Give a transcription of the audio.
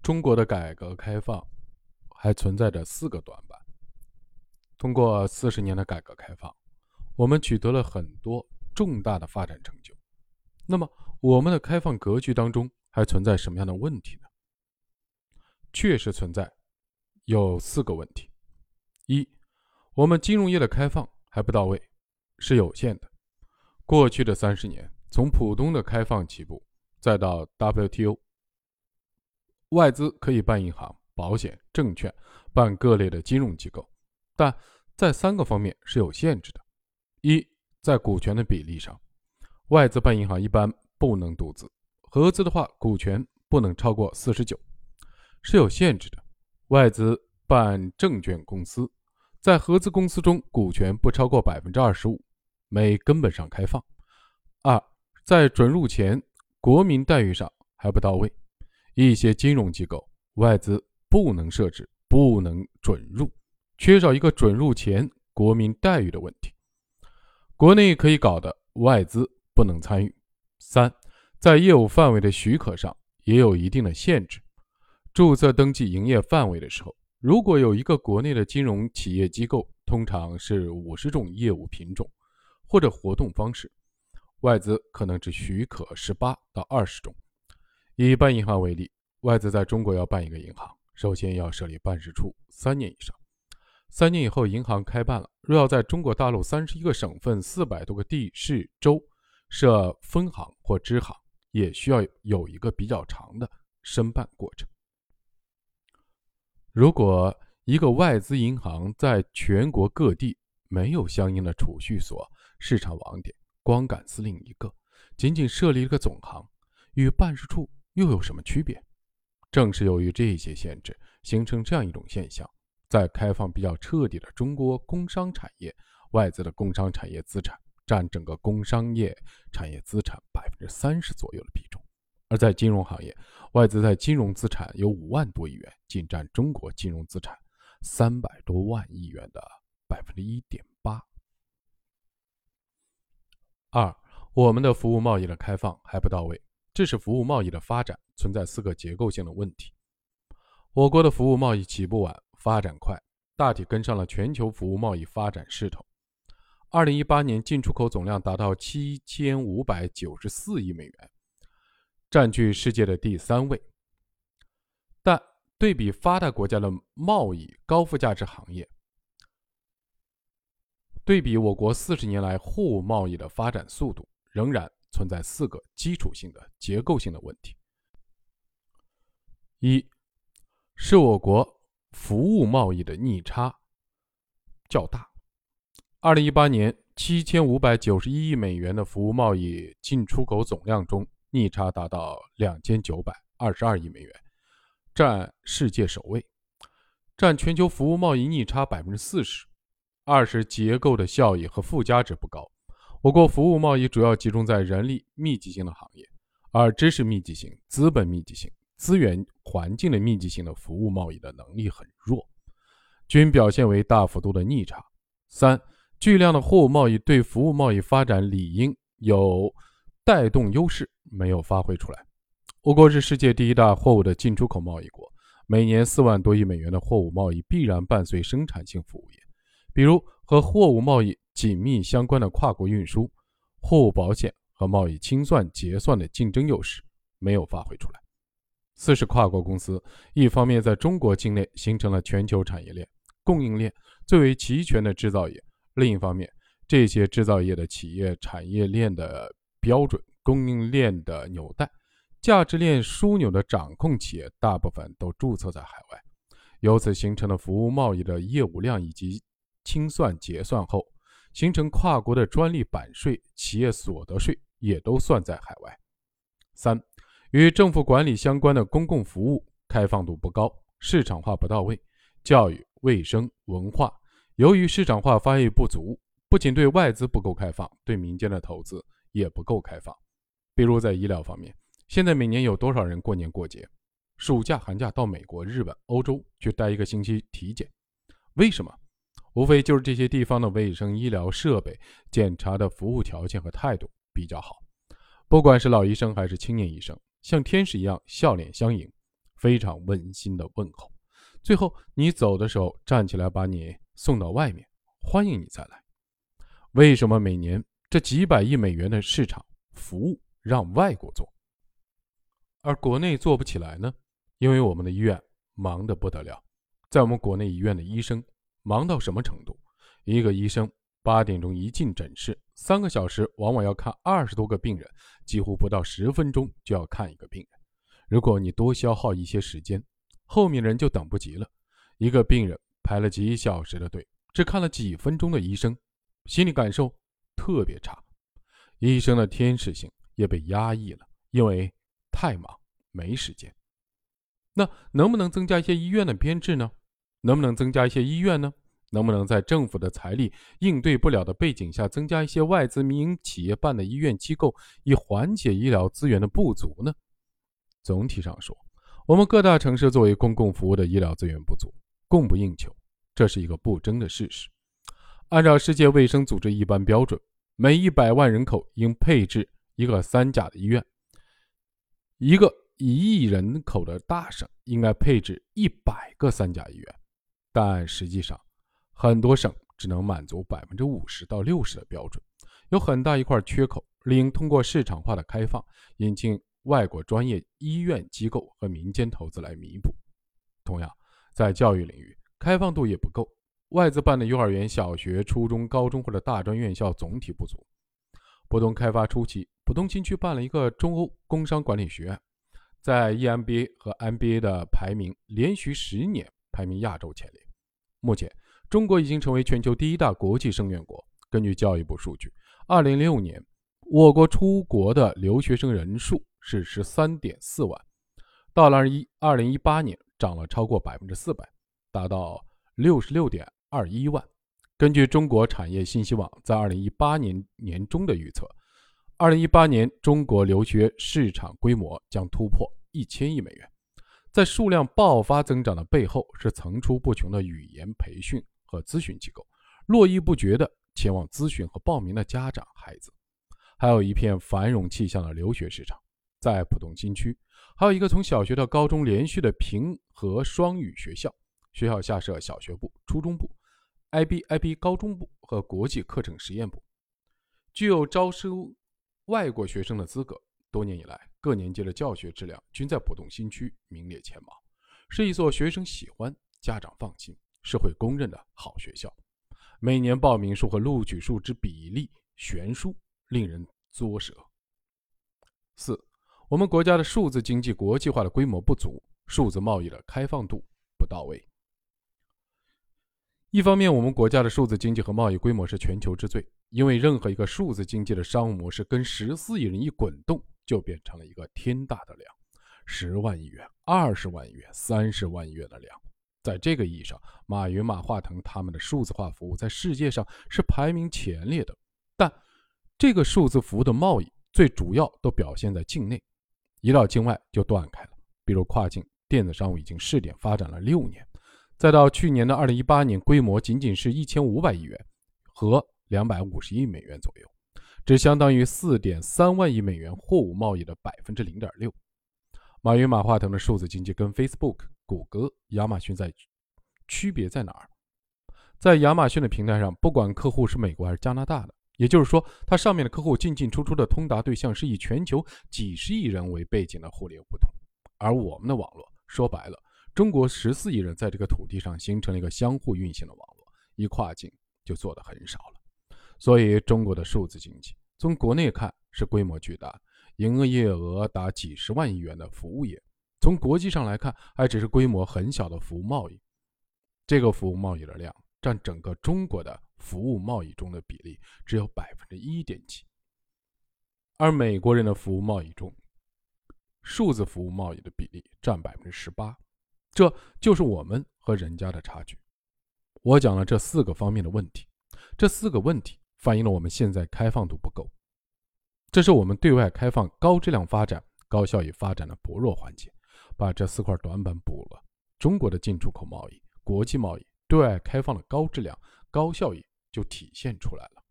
中国的改革开放还存在着4个短板。通过40年的改革开放，我们取得了很多重大的发展成就。那么，我们的开放格局当中还存在什么样的问题呢？确实存在，有4个问题。一，我们金融业的开放还不到位，是有限的。过去的30年，从普通的开放起步，再到 WTO， 外资可以办银行、保险、证券，办各类的金融机构，但在3个方面是有限制的。一，在股权的比例上，外资办银行一般不能独资，合资的话股权不能超过49%，是有限制的。外资办证券公司，在合资公司中股权不超过 25%， 没根本上开放。二，在准入前国民待遇上还不到位，一些金融机构外资不能设置，不能准入，缺少一个准入前国民待遇的问题。国内可以搞的，外资不能参与。三，在业务范围的许可上也有一定的限制。注册登记营业范围的时候，如果有一个国内的金融企业机构，通常是50种业务品种或者活动方式，外资可能只许可18到20种。以办银行为例，外资在中国要办一个银行，首先要设立办事处3年以上。3年以后银行开办了，若要在中国大陆31个省份400多个地市州设分行或支行，也需要有一个比较长的申办过程。如果一个外资银行在全国各地没有相应的储蓄所、市场网点，光杆司令一个，仅仅设立一个总行，与办事处又有什么区别？正是由于这些限制，形成这样一种现象，在开放比较彻底的中国工商产业，外资的工商产业资产占整个工商业产业资产 30% 左右的比重。而在金融行业，外资在金融资产有5万多亿元，仅占中国金融资产300多万亿元的 1.8%。二，我们的服务贸易的开放还不到位，这是服务贸易的发展存在4个结构性的问题。我国的服务贸易起步晚，发展快，大体跟上了全球服务贸易发展势头。2018年进出口总量达到7594亿美元，占据世界的第3位。但对比发达国家的贸易高附加值行业，对比我国40年来货物贸易的发展速度，仍然存在4个基础性的结构性的问题。一，是我国服务贸易的逆差较大。2018年7591亿美元的服务贸易进出口总量中，逆差达到2922亿美元，占世界首位，占全球服务贸易逆差 40%。二是结构的效益和附加值不高。我国服务贸易主要集中在人力密集型的行业，而知识密集型、资本密集型、资源环境的密集型的服务贸易的能力很弱，均表现为大幅度的逆差。三，巨量的货物贸易对服务贸易发展理应有带动优势，没有发挥出来。我国是世界第1大货物的进出口贸易国，每年4万多亿美元的货物贸易必然伴随生产性服务业，比如和货物贸易紧密相关的跨国运输、货物保险和贸易清算结算的竞争优势没有发挥出来。四是跨国公司一方面在中国境内形成了全球产业链、供应链最为齐全的制造业，另一方面，这些制造业的企业产业链的标准、供应链的纽带、价值链枢纽的掌控企业大部分都注册在海外，由此形成了服务贸易的业务量以及清算结算后，形成跨国的专利版税、企业所得税也都算在海外。三，与政府管理相关的公共服务开放度不高，市场化不到位，教育、卫生、文化由于市场化发育不足，不仅对外资不够开放，对民间的投资也不够开放。比如在医疗方面，现在每年有多少人过年过节、暑假寒假到美国、日本、欧洲去待1个星期体检？为什么？无非就是这些地方的卫生医疗设备、检查的服务条件和态度比较好。不管是老医生还是青年医生，像天使一样笑脸相迎， 非常温馨的问候。最后你走的时候站起来把你送到外面，欢迎你再来。为什么每年这几百亿美元的市场服务让外国做，而国内做不起来呢？因为我们的医院忙得不得了。在我们国内医院的医生忙到什么程度？一个医生8点钟一进诊室，3个小时往往要看20多个病人，几乎不到10分钟就要看一个病人。如果你多消耗一些时间，后面人就等不及了。一个病人排了几小时的队，只看了几分钟的医生，心理感受特别差。医生的天使性也被压抑了，因为太忙没时间。那能不能增加一些医院的编制呢？能不能增加一些医院呢？能不能在政府的财力应对不了的背景下，增加一些外资民营企业办的医院机构，以缓解医疗资源的不足呢？总体上说，我们各大城市作为公共服务的医疗资源不足，供不应求，这是一个不争的事实。按照世界卫生组织一般标准，每100万人口应配置一个3甲的医院。一个1亿人口的大省应该配置100个3甲医院，但实际上很多省只能满足50%到60%的标准，有很大一块缺口，理应通过市场化的开放，引进外国专业医院机构和民间投资来弥补。同样，在教育领域，开放度也不够，外资办的幼儿园、小学、初中、高中或者大专院校总体不足。浦东开发初期，浦东新区办了一个中欧工商管理学院，在 EMBA 和 MBA 的排名连续10年排名亚洲前列。目前中国已经成为全球第1大国际生源国。根据教育部数据，2006年我国出国的留学生人数是 13.4 万，到了2018年涨了超过400%，达到 66.21 万。根据中国产业信息网在2018年年中的预测，2018年中国留学市场规模将突破1000亿美元。在数量爆发增长的背后，是层出不穷的语言培训和咨询机构，络绎不绝的前往咨询和报名的家长孩子，还有一片繁荣气象的留学市场。在浦东新区，还有一个从小学到高中连续的平和双语学校，学校下设小学部、初中部、IB 高中部和国际课程实验部，具有招收外国学生的资格。多年以来，各年级的教学质量均在浦东新区名列前茅，是一所学生喜欢、家长放心、社会公认的好学校。每年报名数和录取数之比例悬殊，令人作舌。4. 我们国家的数字经济国际化的规模不足，数字贸易的开放度不到位。一方面，我们国家的数字经济和贸易规模是全球之最，因为任何一个数字经济的商务模式跟14亿人一滚动，就变成了一个天大的量，10万亿元、20万亿元、30万亿元的量。在这个意义上，马云、马化腾他们的数字化服务在世界上是排名前列的。但这个数字服务的贸易最主要都表现在境内，一到境外就断开了。比如跨境电子商务已经试点发展了6年，再到去年的2018年，规模仅仅是1500亿元和250亿美元左右，只相当于 4.3 万亿美元货物贸易的 0.6%。 马云、马化腾的数字经济跟 Facebook、 谷歌、亚马逊区别在哪儿？在亚马逊的平台上，不管客户是美国还是加拿大的，也就是说它上面的客户进进出出的通达对象是以全球几十亿人为背景的互联互通。而我们的网络说白了，中国14亿人在这个土地上形成了一个相互运行的网络，一跨境就做得很少了。所以中国的数字经济从国内看是规模巨大，营业额达几十万亿元的服务业，从国际上来看还只是规模很小的服务贸易。这个服务贸易的量占整个中国的服务贸易中的比例只有 1.几%， 而美国人的服务贸易中，数字服务贸易的比例占 18%， 这就是我们和人家的差距。我讲了这4个方面的问题，这4个问题反映了我们现在开放度不够，这是我们对外开放高质量发展、高效益发展的薄弱环节。把这4块短板补了，中国的进出口贸易、国际贸易、对外开放的高质量、高效益就体现出来了。